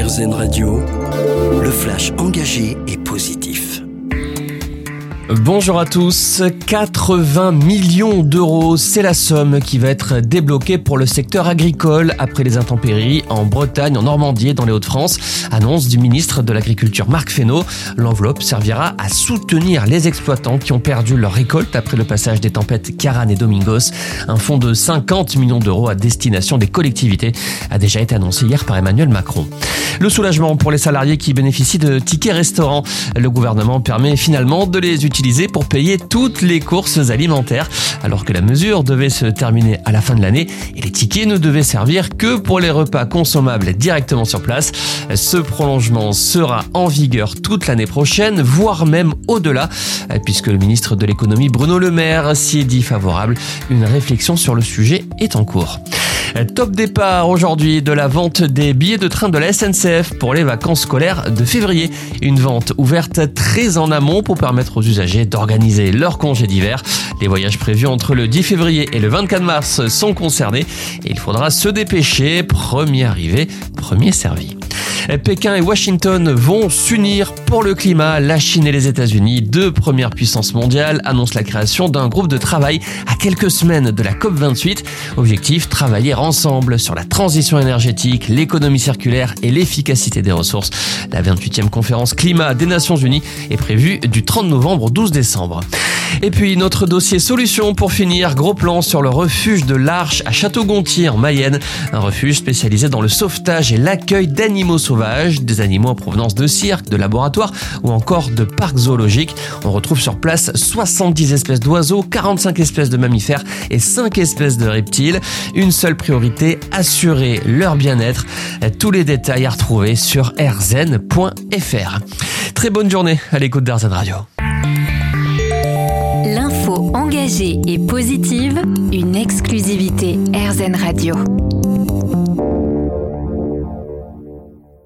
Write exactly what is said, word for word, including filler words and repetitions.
R Z N Radio, le flash engagé et positif. Bonjour à tous, quatre-vingts millions d'euros, c'est la somme qui va être débloquée pour le secteur agricole après les intempéries en Bretagne, en Normandie et dans les Hauts-de-France. Annonce du ministre de l'Agriculture Marc Fesneau. L'enveloppe servira à soutenir les exploitants qui ont perdu leur récolte après le passage des tempêtes Ciarán et Domingos. Un fonds de cinquante millions d'euros à destination des collectivités a déjà été annoncé hier par Emmanuel Macron. Le soulagement pour les salariés qui bénéficient de tickets restaurants. Le gouvernement permet finalement de les utiliser pour payer toutes les courses alimentaires, alors que la mesure devait se terminer à la fin de l'année et les tickets ne devaient servir que pour les repas consommables directement sur place. Ce prolongement sera en vigueur toute l'année prochaine, voire même au-delà, puisque le ministre de l'économie Bruno Le Maire s'y est dit favorable. Une réflexion sur le sujet est en cours. Top départ aujourd'hui de la vente des billets de train de la S N C F pour les vacances scolaires de février. Une vente ouverte très en amont pour permettre aux usagers d'organiser leurs congés d'hiver. Les voyages prévus entre le dix février et le vingt-quatre mars sont concernés et il faudra se dépêcher. Premier arrivé, premier servi. Pékin et Washington vont s'unir pour le climat. La Chine et les États-Unis, deux premières puissances mondiales, annoncent la création d'un groupe de travail à quelques semaines de la COP vingt-huit. Objectif, travailler ensemble sur la transition énergétique, l'économie circulaire et l'efficacité des ressources. La vingt-huitième conférence climat des Nations Unies est prévue du trente novembre au douze décembre. Et puis notre dossier solution pour finir, gros plan sur le refuge de l'Arche à Château-Gontier en Mayenne. Un refuge spécialisé dans le sauvetage et l'accueil d'animaux sauvages, des animaux en provenance de cirques, de laboratoires ou encore de parcs zoologiques. On retrouve sur place soixante-dix espèces d'oiseaux, quarante-cinq espèces de mammifères et cinq espèces de reptiles. Une seule priorité, assurer leur bien-être. Tous les détails à retrouver sur r z n point f r. Très bonne journée à l'écoute d'R Z N Radio. L'info engagée et positive, une exclusivité R Z N Radio.